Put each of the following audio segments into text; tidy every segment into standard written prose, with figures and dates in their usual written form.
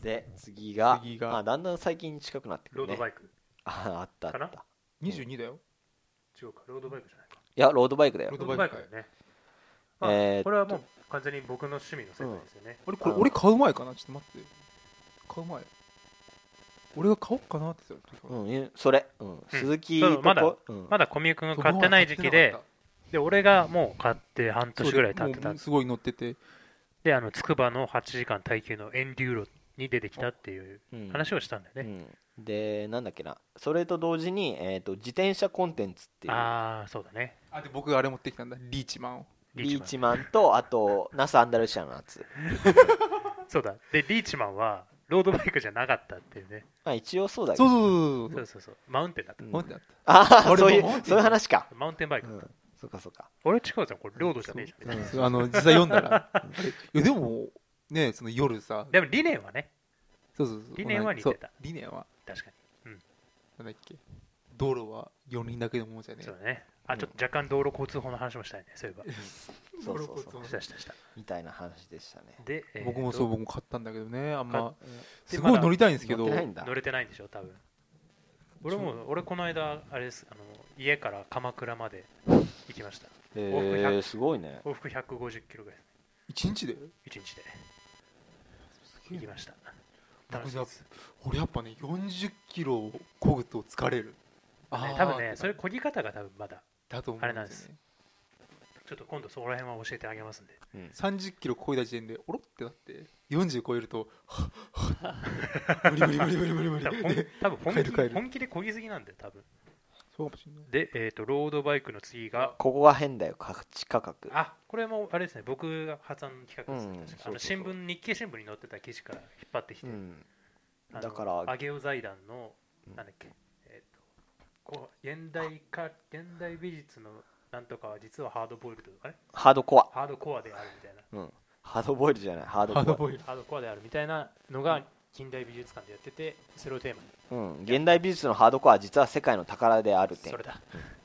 で次がだんだん最近近くなってくるね。 ロードバイクあったかな。 22だよ。 違うか、ロードバイクじゃないか。 いやロードバイクだよ。 ロードバイクだよね。これはもう完全に僕の趣味の世界ですよね。 俺買う前かな。ちょっと待って、買う前俺が買おうかなって言ってた。 それ、鈴木とまだ小宮君が買ってない時期で、俺がもう買って半年ぐらい経ってた。 すごい乗ってて、 で筑波の8時間耐久のエンデューロに出てきたっていう話をしたんだよね。 でなんだっけな、それと同時に、自転車コンテンツっていう。 そうだね。 で僕があれ持ってきたんだ、リーチマンを。 リーチマンとあとナスアンダルシアのやつそうだ。でリーチマンはロードバイクじゃなかったっていうね。 一応そうだよ。 そうマウンテンだった。 そういう話か。 マウンテンバイク。 そうか。 俺近いじゃん、これロードじゃねえじゃん。 実際読んだらいやでもね、その夜さ、 でも理念はね、 そう理念は似てた。 理念は確かに。 なんだっけ、道路は4人だけのものじゃねえ。 そうだね。ちょっと若干道路交通法の話もしたいね、そういえば。 そうしたみたいな話でしたね。 で僕も買ったんだけどね、すごい乗りたいんですけど乗れてないんでしょ多分。俺この間あれです、家から鎌倉まで行きました。 すごいね。 往復150キロぐらい。 1日で行きました。 俺やっぱね40キロ漕ぐと疲れる。 多分ね、それ漕ぎ方が多分まだあれなんです。ちょっと今度そこら辺は教えてあげますんで。 30キロ漕いだ時点でおろってなって、40超えると無理多分本気で漕ぎすぎなんだよ多分。 そうかもしれない。 でロードバイクの次がここが変だよ、価格。 これもあれですね、僕が発案の企画です。日経新聞に載ってた記事から引っ張ってきて、 だから上尾財団のなんだっけ、現代美術のなんとかは実はハードボイルド、 ハードコアであるみたいな。 ハードボイルじゃない、ハードコアであるみたいなのが近代美術館でやってて、それをテーマに、現代美術のハードコアは実は世界の宝である点。 それだ。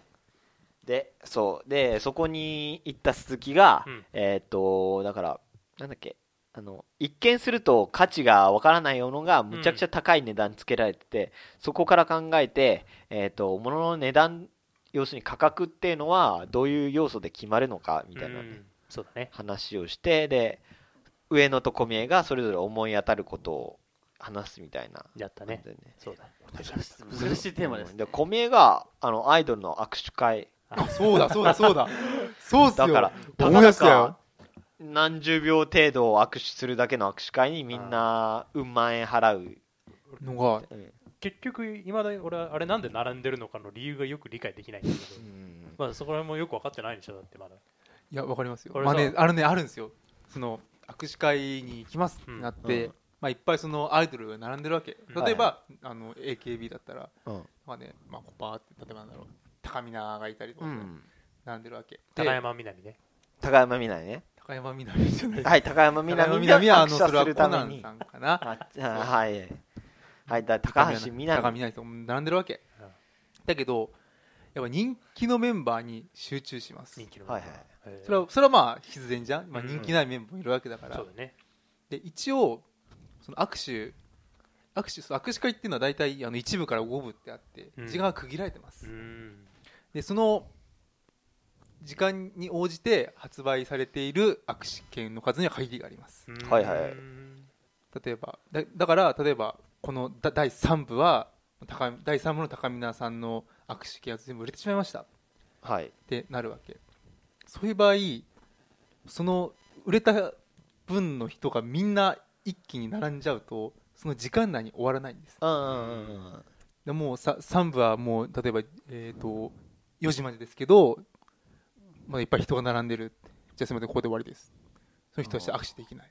でそこに行った鈴木が、だからなんだっけ、一見すると価値がわからないものがむちゃくちゃ高い値段つけられてて、そこから考えて、物の値段、要するに価格っていうのはどういう要素で決まるのかみたいな、 そうだね、 話をして、で上野と小宮がそれぞれ思い当たることを話すみたいな。 やったね。そうだ。 難しいテーマです。 で小宮がアイドルの握手会。 そうだそうっすよ。 だからたかだか何十秒程度握手するだけの握手会にみんなうん万円払うのが、 結局いまだに俺はあれなんで並んでるのかの理由がよく理解できないんだけど、まだそこら辺もよく分かってないんでしょ。だってまだ。 いや分かりますよ。あるんですよ。その握手会に行きますってなって、いっぱいそのアイドルが並んでるわけ。例えばAKB だったらコパーって例えばなんだろう、高見菜がいたりとか並んでるわけ。 高山みなみね。 高山みなみね。 高山みなみじゃない。 はい、高山みなみはそれはコナンさんかな。 はいはい、高橋みなみ。 高見なみと並んでるわけ。だけどやっぱ人気のメンバーに集中します。 はいはい。 それはまあ必然じゃん。人気ないメンバーもいるわけだから。 そうだね。 で一応その握手会っていうのは大体1部から5部ってあって時間が区切られてます。でその時間に応じて発売されている握手券の数には限りがあります。 はいはい。 例えばだから例えばこの第3部は第3部の高見菜さんの握手券は全部売れてしまいました、 はい、 ってなるわけ。そういう場合その売れた分の人がみんな一気に並んじゃうとその時間内に終わらないんです。でもう3部はもう例えば、4時までですけど、いっぱい人が並んでる。じゃあすみません、ここで終わりです。その人たち握手できない。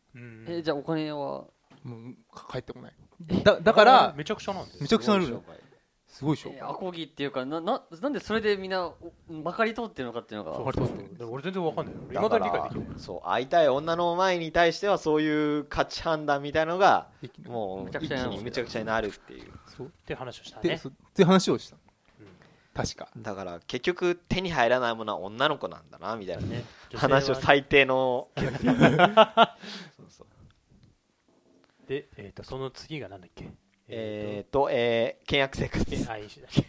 じゃあお金はもう返ってこない。だからめちゃくちゃなんです。 めちゃくちゃなルール。すごいでしょ。 アコギっていうかなんでそれでみんなまかり通ってるのかっていうのが。 俺全然わかんない。未だに理解できない。 そう会いたい女の前に対してはそういう価値判断みたいなのがもう一気にめちゃくちゃになるっていう。 って話をしたね。 って話をした。確か。 だから結局手に入らないものは女の子なんだなみたいなね。話を最低の。 で、その次がなんだっけ。 倹約生活いいしだっけ。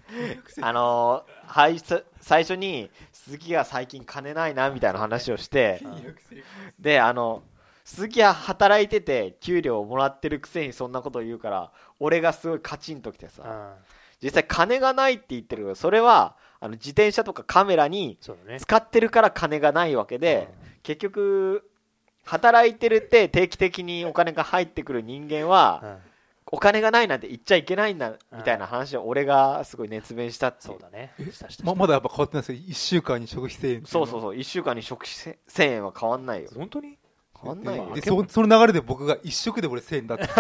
最初に鈴木が最近金ないなみたいな話をしてで鈴木は働いてて給料をもらってるくせにそんなことを言うから俺がすごいカチンときてさ、実際金がないって言ってるけどそれは自転車とかカメラに使ってるから金がないわけで、結局働いてるって定期的にお金が入ってくる人間は、お金がないなんて言っちゃいけないんだみたいな話を俺がすごい熱弁したっていう。 そうだね。 まだやっぱ変わってないですよ。1週間に食費1000円。 そう1週間に食費1000円は変わんないよ。 本当に変わんないよ。 でその流れで僕が1食で俺1000円だって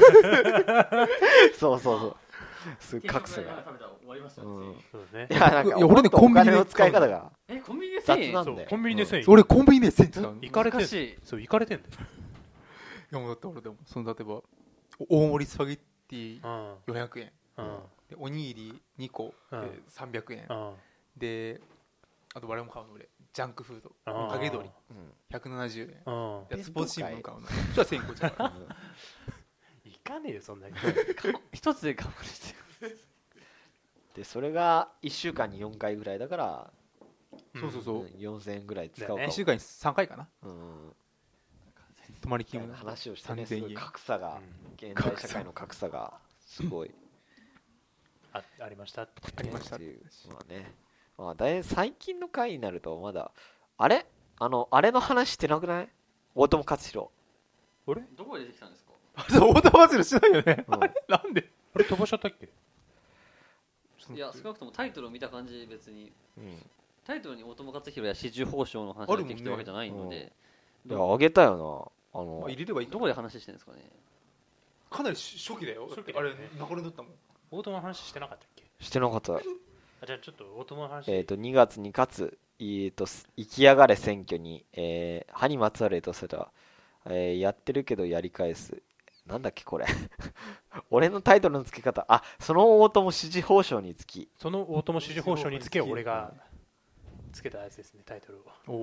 そうすごい格差が。 いやなんか俺ねコンビニの使い方がコンビニで雑 1000円なんだよ。 コンビニで1000円。 俺コンビニで1000円使うの。 行かれてん難しい。 そう行かれてんだよ。 いやもうだって俺でも例えば大盛りスパゲッティ400円、でおにぎり2個で300円、であと我々も買うの俺ジャンクフード揚げ鶏170円、スポーツ新聞買うのそれは1000円じゃない行かねえよそんなに。 一つで頑張る必でそれが1週間に4回ぐらいだからそう 4000円ぐらい使うか 1週間に3回かな、泊まり金額話をしてね、すごい格差が、現代社会の格差がすごいありましたっていうのはね、だいぶ最近の回になるとまだあれの話してなくない？大友克洋。 どこで出てきたんですか？ 大友克洋しないよね。なんで？ あれ飛ばしちゃったっけ？ いや少なくともタイトルを見た感じ別に、タイトルに大友克洋や紫綬褒章の話が出てきてるわけじゃないので、 いやあげたよな。 入れればいい。 どこで話してるんですかね。 かなり初期だよ。あれ中根だったもん。 大友の話してなかったっけ？ してなかった。 じゃあちょっと大友の話。 2月にかつ生きやがれ選挙に歯にまつわるエトセトラやってるけどやり返す。なんだっけこれ俺のタイトルの付け方、その大友支持報奨につき、 その大友支持報奨につけ俺がつけたやつですね、タイトルを。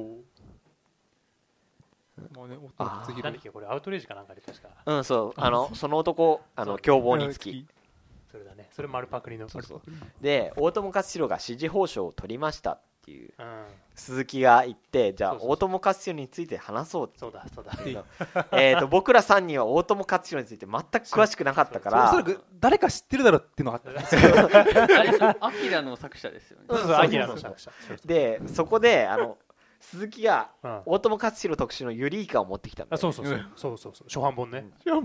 もうね、なんだっけこれアウトレイジかなんかで確か。 そうその男凶暴につき。 それだね、それ丸パクリの。 で大友克洋が支持報奨を取りましたっていう、鈴木が言って、じゃあ大友克洋について話そうって。 そうだ僕ら3人は大友克洋について全く詳しくなかったから、 おそらく誰か知ってるだろうっていうのがあったアキラの作者ですよね。 アキラの作者でそこで鈴木が大友克洋特集のユリイカを持ってきたんだよ。 そう初版本ね。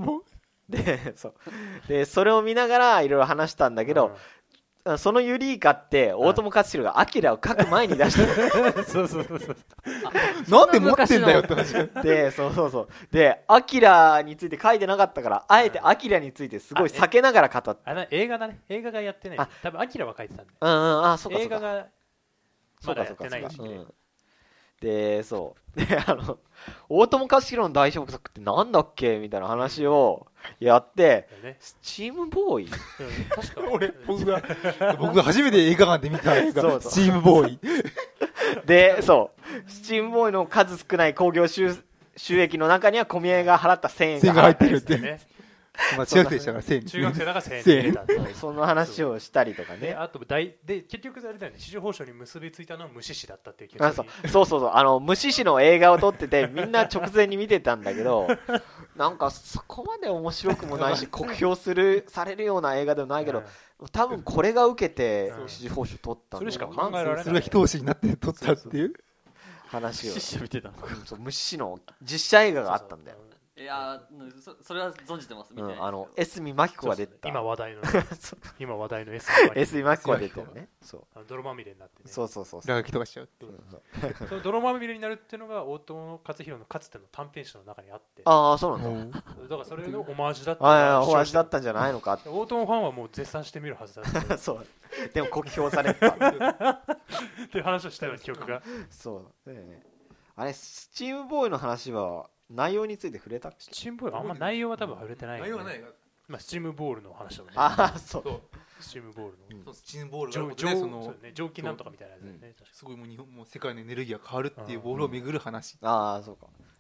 でそれを見ながらいろいろ話したんだけど、そのユリイカって大友克洋がアキラを書く前に出したそうなんで持ってんだよって話ででアキラについて書いてなかったから、あえてアキラについてすごい避けながら語った。 映画だね。映画がやってない。多分アキラは書いてたんだ。 そうか映画がまだやってないしね。 で大友克洋の代表作ってなんだっけみたいな話をやって、スチームボーイ。 確か僕が初めて映画館で見た映画スチームボーイでスチームボーイの数少ない興行収益の中には小宮が払った1000円が入ってるってね。中学生でしたから中学生だから1000円だったその話をしたりとかね。 あとで結局あれだよね、支持報奨に結びついたのは無視しだったっていう気がする。 無視しの映画を撮っててみんな直前に見てたんだけどなんかそこまで面白くもないし酷評されるような映画でもないけど、多分これが受けて支持報奨取ったんだ。 それしか考えられない。 それが一押しになって取ったっていう話を。無視しの実写映画があったんだよ。 いやそれは存じてます。 江角真紀子が出てた。 今話題の江角真紀子が出てるね。 泥まみれになってね。 落書きとかしちゃう。 その泥まみれになるっていうのが大友克洋のかつての短編集の中にあって。 そうなんだ。 だからそれのオマージュだった。 オマージュだったんじゃないのか。 大友ファンはもう絶賛してみるはずだった。 でも酷評されたっていう話をしたような記憶が。 そうだよね。あれスチームボーイの話は内容について触れたっけ？ スチームボールあんま内容は多分触れてない、 内容はないが、スチームボールの話だもんね。スチームボールの。 スチームボールが蒸気なんとかみたいなやつだよね。 すごいもう世界のエネルギーが変わるっていうボールを巡る話。 そうか。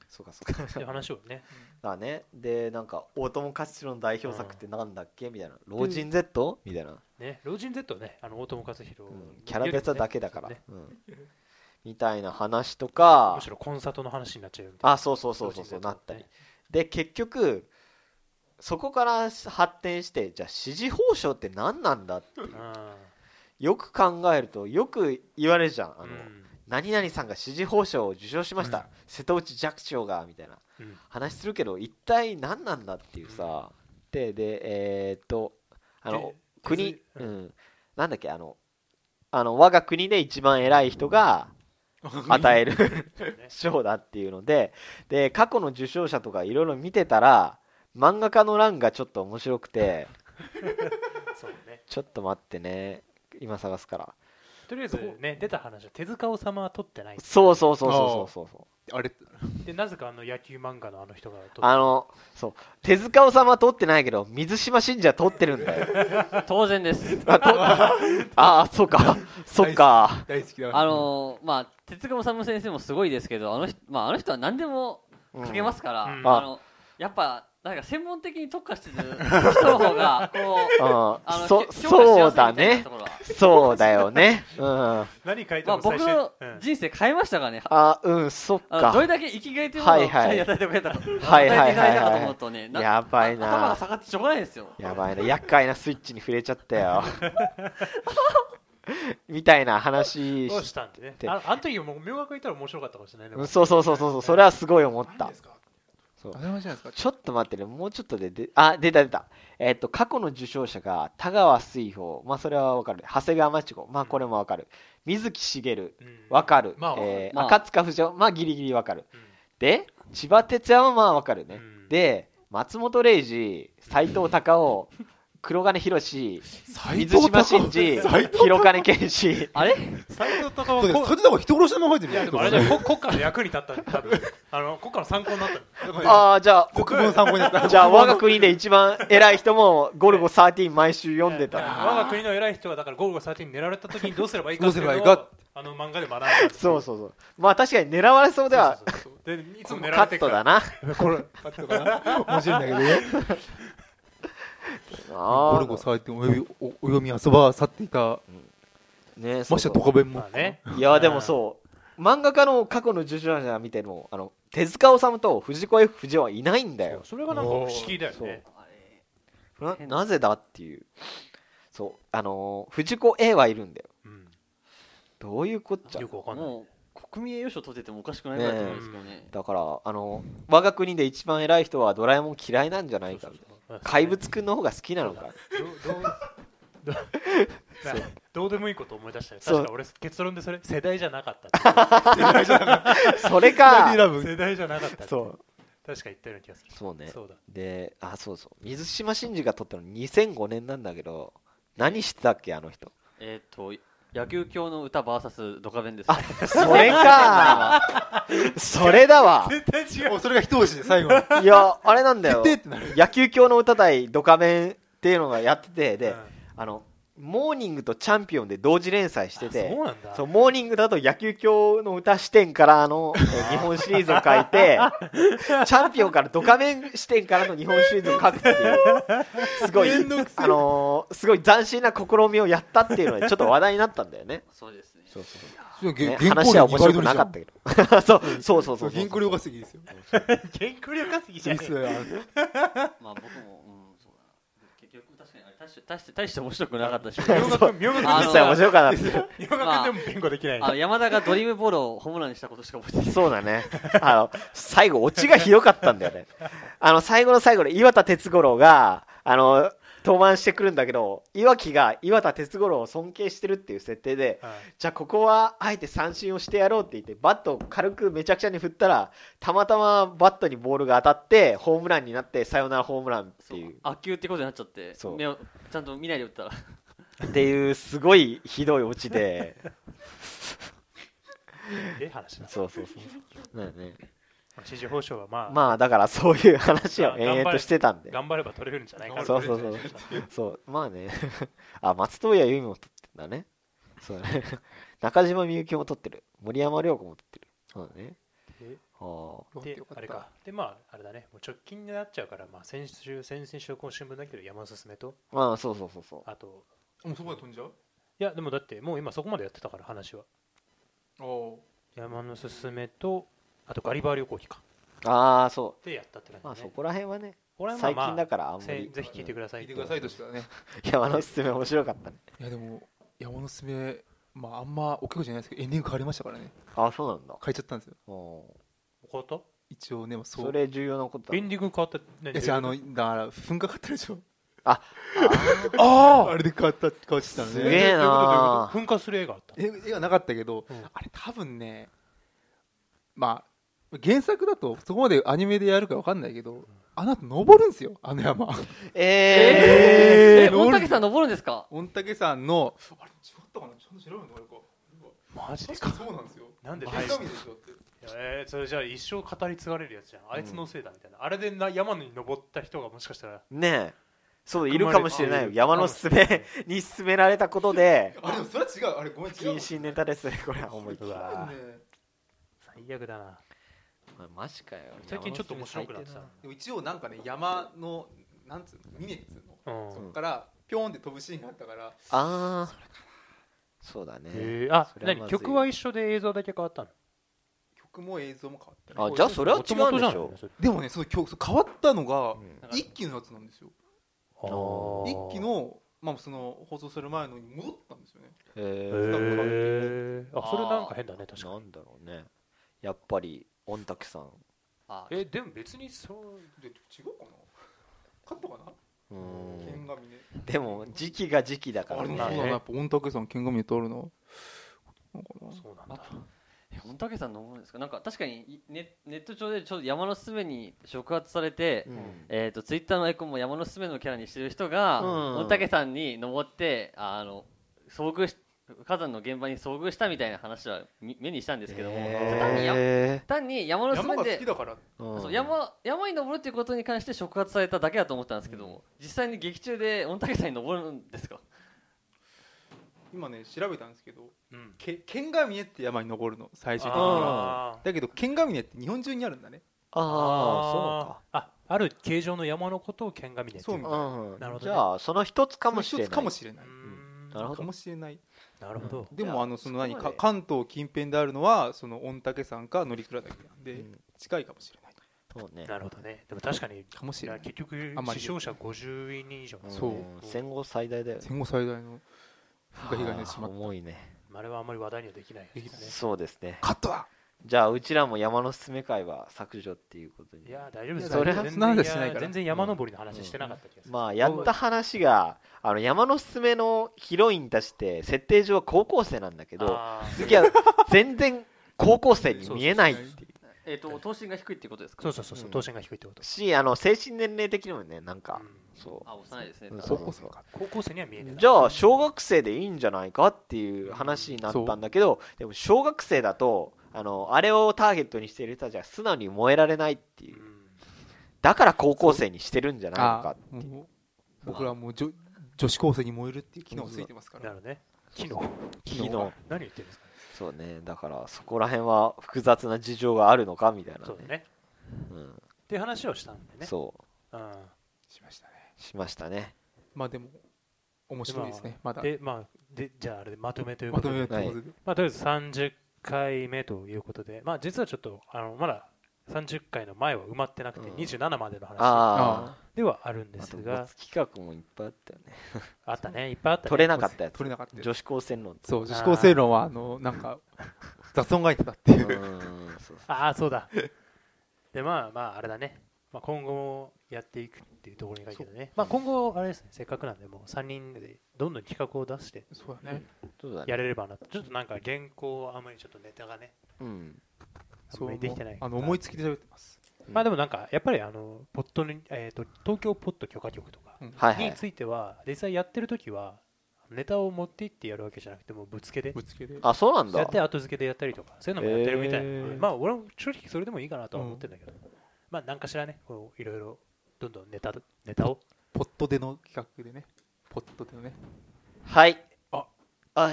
そうかそうかっていう話をねだね。でなんか大友克洋の代表作ってなんだっけみたいな、老人 Z みたいなね、老人 Z ね、大友克洋、 キャラ別だけだから、 ねみたいな話とか、 むしろコンサートの話になっちゃうみたいな。 そうなったりで、結局そこから発展して、じゃあ支持報奨って何なんだってよく考えるとよく言われるじゃん。何々さんが支持報奨を受賞しました、瀬戸内寂聴がみたいな話するけど、一体何なんだっていうさ。で国、なんだっけ、我が国で一番偉い人が与える賞だっていうので、過去の受賞者とかいろいろ見てたら、漫画家の欄がちょっと面白くてそうね、 ちょっと待ってね、今探すから。 とりあえずね、出た話は手塚治虫は撮ってない。 そうあれで、なぜか野球漫画の人が撮ってそう手塚治虫は撮ってないけど水島新司は撮ってるんだよ当然ですそうかそっか。 大好きだ。 まあ手塚治虫先生もすごいですけど、あの人は何でも書けますから、やっぱなんか専門的に特化してる人の方がこうそうだね、そうだよね。 何書いても僕の人生変えましたからね。 そっか。 どれだけ生きがいというものを与えてくれたか、与えていただいたかと思うとね、 やばいな、 頭が下がってしょうがないですよ。 やばいな、厄介なスイッチに触れちゃったよみたいな話どうしたんでね。あの時も明学いたら面白かったかもしれないね。 そうそれはすごい思った。ちょっと待ってね、もうちょっとで出た。過去の受賞者が田川水宝、それはわかる。長谷川町子、これもわかる。水木しげる、わかる。赤塚不二夫、ギリギリわかる。で、千葉哲也はわかるね。で、松本零士、斎藤隆夫、黒金博士、水島新司、広金健志。 あれ斎藤隆夫は人殺しのまま入ってる。 いやでもあれじゃ国家の役に立ったんで、多分国家の参考になった。 じゃあ国分参考になった。 じゃあ我が国で一番偉い人もゴルゴ13毎週読んでた。 我が国の偉い人がだからゴルゴ13狙われた時にどうすればいいかっていうのを漫画で学んだ。 そう確かに狙われそうでは。 でいつも狙カッわれてるから。 トだな。 これカットかな。面白いんだけどね。ゴルゴ13お読み遊ばさっていた。 ね、 ましてドカベンも。 いやでもそう漫画家の過去の受賞者見ても手塚治虫と藤子 F 不二雄はいないんだよ。 それがなんか不思議だよね。 なぜだっていう。そう藤子 A はいるんだよ。どういうこっちゃ。 よくわかんない。 もう国民栄誉賞取っててもおかしくないぐらいだと思うんですけどね。 だから我が国で一番偉い人はドラえもん嫌いなんじゃないかみたいな。怪物くんの方が好きなのか。 どうでもいいこと思い出したよ。確か俺結論でそれ世代じゃなかったそれか世代じゃなかったそう確か言ったような気がする。 そうね。 そうだ。 で水島新司が撮ったの2005年なんだけど、何してたっけあの人。 野球狂の歌 VS ドカベンです。 それかそれだわ。 絶対違う。 それが一押しで最後に。 いやあれなんだよ。野球狂の歌対ドカベンっていうのがやってて、でモーニングとチャンピオンで同時連載してて、そうモーニングだと野球狂の歌視点からの日本シリーズを書いてチャンピオンからドカベン視点からの日本シリーズを書くっていうすごいすごい斬新な試みをやったっていうのでちょっと話題になったんだよね。 そうですね。 話は面白くなかったけどそう原稿料稼ぎですよ。 原稿料稼ぎじゃない。 僕も結局確かに大して面白くなかったし、 明学実際面白かった。 明学でもビンゴできない。 山田がドリームボールをホームランにしたことしか覚えてない。 そうだね。最後オチがひどかったんだよね。最後の最後で岩田哲五郎が登板してくるんだけど、岩城が岩田哲五郎を尊敬してるっていう設定で、じゃあここはあえて三振をしてやろうって言ってバットを軽くめちゃくちゃに振ったら、たまたまバットにボールが当たってホームランになってサヨナラホームランっていう悪球ってことになっちゃって、目をちゃんと見ないで打ったらっていうすごいひどいオチで話だ。 そうだね。 支持報奨はまあだからそういう話を延々としてたんで、 頑張れば取れるんじゃないかな。 そうまあね松任谷由実も取ってんだね。そうね。中島みゆきも取ってる。森山良子も取ってる。そうだね。 であれかでまああれだねもう直近になっちゃうから、まあ、先々週今週分だけど山のすすめとそうあともうそこで飛んじゃう？ いやでもだってもう今そこまでやってたから話は山のすすめとあとガリバー旅行記かそうでやったって感じ、ね、 まあそこら辺はね俺は最近だからあんまりぜひ聞いてください聞いてくださいとしてはね山のすすめ面白かったね。 いやでも山のすすめまああんま大きいことじゃないですけどエンディング変わりましたからね。 そうなんだ。 変えちゃったんですよ。 変わった？ 一応ねそれ重要なことだ。 エンディング変わった。 いやじゃあだから噴火かかったでしょ。 あれで変わっちゃったね。 すげえな。 噴火する映画あった？ 映画なかったけど、あれ多分ねまあ原作だとそこまでアニメでやるか分かんないけど、あの後登るんですよあの山。 御嶽山登るんですか？ 御嶽山のあれ違ったかな、ちゃんと調べるのあれか。 マジでか？ そうなんですよ。 なんで？ 神でしょって。 それじゃあ一生語り継がれるやつじゃん。あいつのせいだみたいな。あれで山に登った人がもしかしたらねえそういるかもしれないよ。山のすすめに勧められたことで。 あれでもそれは違う。あれごめん違う。 謹慎ネタですねこれは思いっきり。 最悪だな。 マジかよ。 最近ちょっと面白くなってた。 でも一応なんかね山のなんつうの峰っつうの、そこからピョーンって飛ぶシーンがあったから。 そうだね。 何曲は一緒で映像だけ変わったの？ 曲も映像も変わったね。 じゃあそれは違うんでしょ。 でもねその曲変わったのが一期のやつなんですよ。一期のまあその放送する前のに戻ったんですよね。 それなんか変だね確かに。 なんだろうね。やっぱり御嶽さん。 でも別にそう違うかな。カットかな。剣ヶ峰。 でも時期が時期だからね。そうだなやっぱ御嶽山剣ヶ峰とあるの。 そうなんだ。 御嶽山登るんですか？なんか確かにネット上でちょうど山のすすめに触発されて、ツイッターのアイコンも山のすすめのキャラにしてる人が、御嶽山に登って火山の現場に遭遇したみたいな話は目にしたんですけども、単に山のすすめで山が好きだから、 山に登るっていうことに関して触発されただけだと思ったんですけども、実際に劇中で御嶽山に登るんですか？ 今ね調べたんですけど、剣ヶ峰って山に登るの最終的には。だけど剣ヶ峰って日本中にあるんだね。 そうか。ある形状の山のことを剣ヶ峰って言う。 なるほど。じゃあその一つかもしれない。 かもしれない。 なるほど。 かもしれない。 なるほど。 でもその関東近辺であるのはその御嶽山か乗鞍岳なんで近いかもしれない。 そうね。 なるほどね。でも確かにかもしれない。 結局死傷者50人以上。 そう。 戦後最大だよね。 戦後最大の噴火被害にしまった。 重いね。 あれはあんまり話題にはできないですね。 そうですね。 カットだ。 じゃあうちらも山のすすめ会は削除っていうことに。 いや大丈夫です。 それはそんな話しないから。 全然山登りの話してなかった気がする。 まあやった話が山のすすめのヒロインたちって設定上は高校生なんだけど、次は全然高校生に見えないっていう。 等身が低いっていうことですか？ そう等身が低いってことし精神年齢的にもねなんか幼いですね。 高校生には見えない。 じゃあ小学生でいいんじゃないかっていう話になったんだけど、でも小学生だとあれをターゲットにしている人たちは素直に燃えられないっていう、だから高校生にしてるんじゃないのかっていう。 僕らはもう女子高生に燃えるっていう機能がついてますから。 なるね。機能何言ってるんですか？ そうね。だからそこら辺は複雑な事情があるのかみたいなね。 そうね。っていう話をしたんでね。 そうしましたね。まあでも面白いですね。まだでじゃああれでまとめということで、とりあえず30回目ということで、実はちょっとまだ30回の前は埋まってなくて27までの話ではあるんですが、 企画もいっぱいあったよね。 あったね、いっぱいあったね。 取れなかったやつ。 取れなかった。 女子高生論。 そう、女子高生論はなんか雑音が入ってたっていう。 そうだ。であれだね。今後もやっていくっていうところに書いてるね。今後あれですね、せっかくなんでもう3人でどんどん企画を出してやれればなと。ちょっとなんか原稿あんまりちょっとネタがね。できてない。 思いつきで喋ってます。 でもなんかやっぱりポッドに東京ポッド許可局とかについては実際やってる時はネタを持っていってやるわけじゃなくてもぶつけで。 そうなんだ。 やって後付けでやったりとかそういうのもやってるみたいな。俺も正直それでもいいかなとは思ってるんだけど、何かしらねいろいろどんどんネタをポッドでの企画でね。ポッドでのね。 はい。 はい。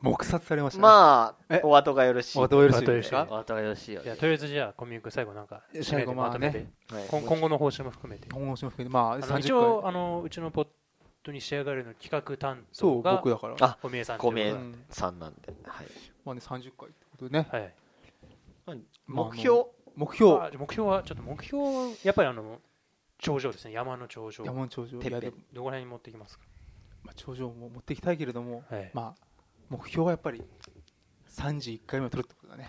黙殺されましたね。 まあお後がよろしい。 お後がよろしいですか。 お後がよろしいよ。 とりあえずじゃあ小宮君最後なんか最後まあね、 今後の方針も含めて。 今後の方針も含めて、まあ一応うちのポッドに仕上がるの企画担当が僕だから。 小宮さん。 小宮さんなんで。はい。 まあね30回ってことでね。 はい。 目標はちょっと目標やっぱり頂上ですね。山の頂上。 山の頂上。 てっぺん。 どこら辺に持ってきますか。 まあ頂上も持っていきたいけれども、 はい、 まあ目標はやっぱり31回目を取るってことだね。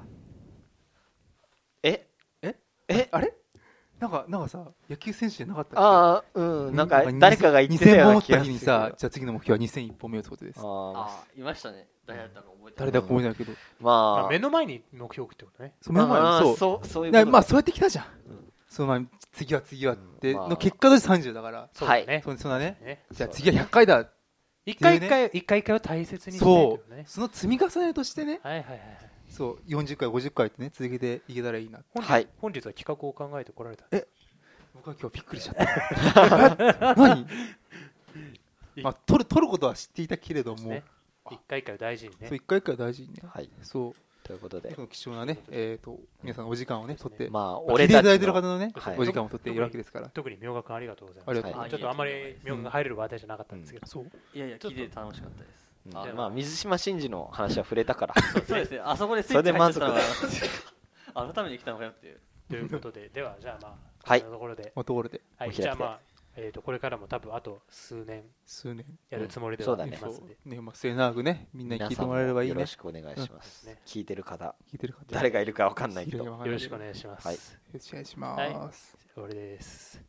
あれ？なんかさ野球選手じゃなかったっけ？ ああなんか誰かが言ってたような気がする。 2000本打った日にさ、じゃあ次の目標は2001本目を打つことです。 いましたね。誰だったか覚えてない。 誰だか覚えてないけど、 まあ目の前に目標を置くってことね。 目の前にそういうこと。 まあそうやってきたじゃん。その次はっての結果として30だから。 そうだね。 そんなね。じゃあ次は100回だ。 一回一回を大切にしてそう。その積み重ねとしてね。 はいはいはい。 そう40回50回ってね続けていけたらいいな。 はい。本日は企画を考えてこられた。 僕は今日びっくりしちゃった。何？まあ取ることは知っていたけれども、 一回一回を大事にね。 そう一回一回を大事にね。 はい。 そう。 ということで、 貴重なね皆さんお時間をね取って、 まあ俺たちいただいてる方のねお時間を取っているわけですから。 特に明賀君ありがとうございます。ちょっとあんまり明賀が入れる話題じゃなかったんですけど。 そう。いや聞いて楽しかったです。 まあ水島新司の話は触れたから。 そうですね。あそこでスイッチ入ってたのが改めて来たのかよっていう。 ということで、ではじゃあまあはい。 ところで。 はい。 じゃあまあこれからも多分あと数年やるつもりではいますんで。 ねまあ末永くねみんなに聞いてもらえればいいね。 よろしくお願いします。聞いてる方誰がいるかわかんないけどよろしくお願いします。 よろしくお願いします。 終わりです。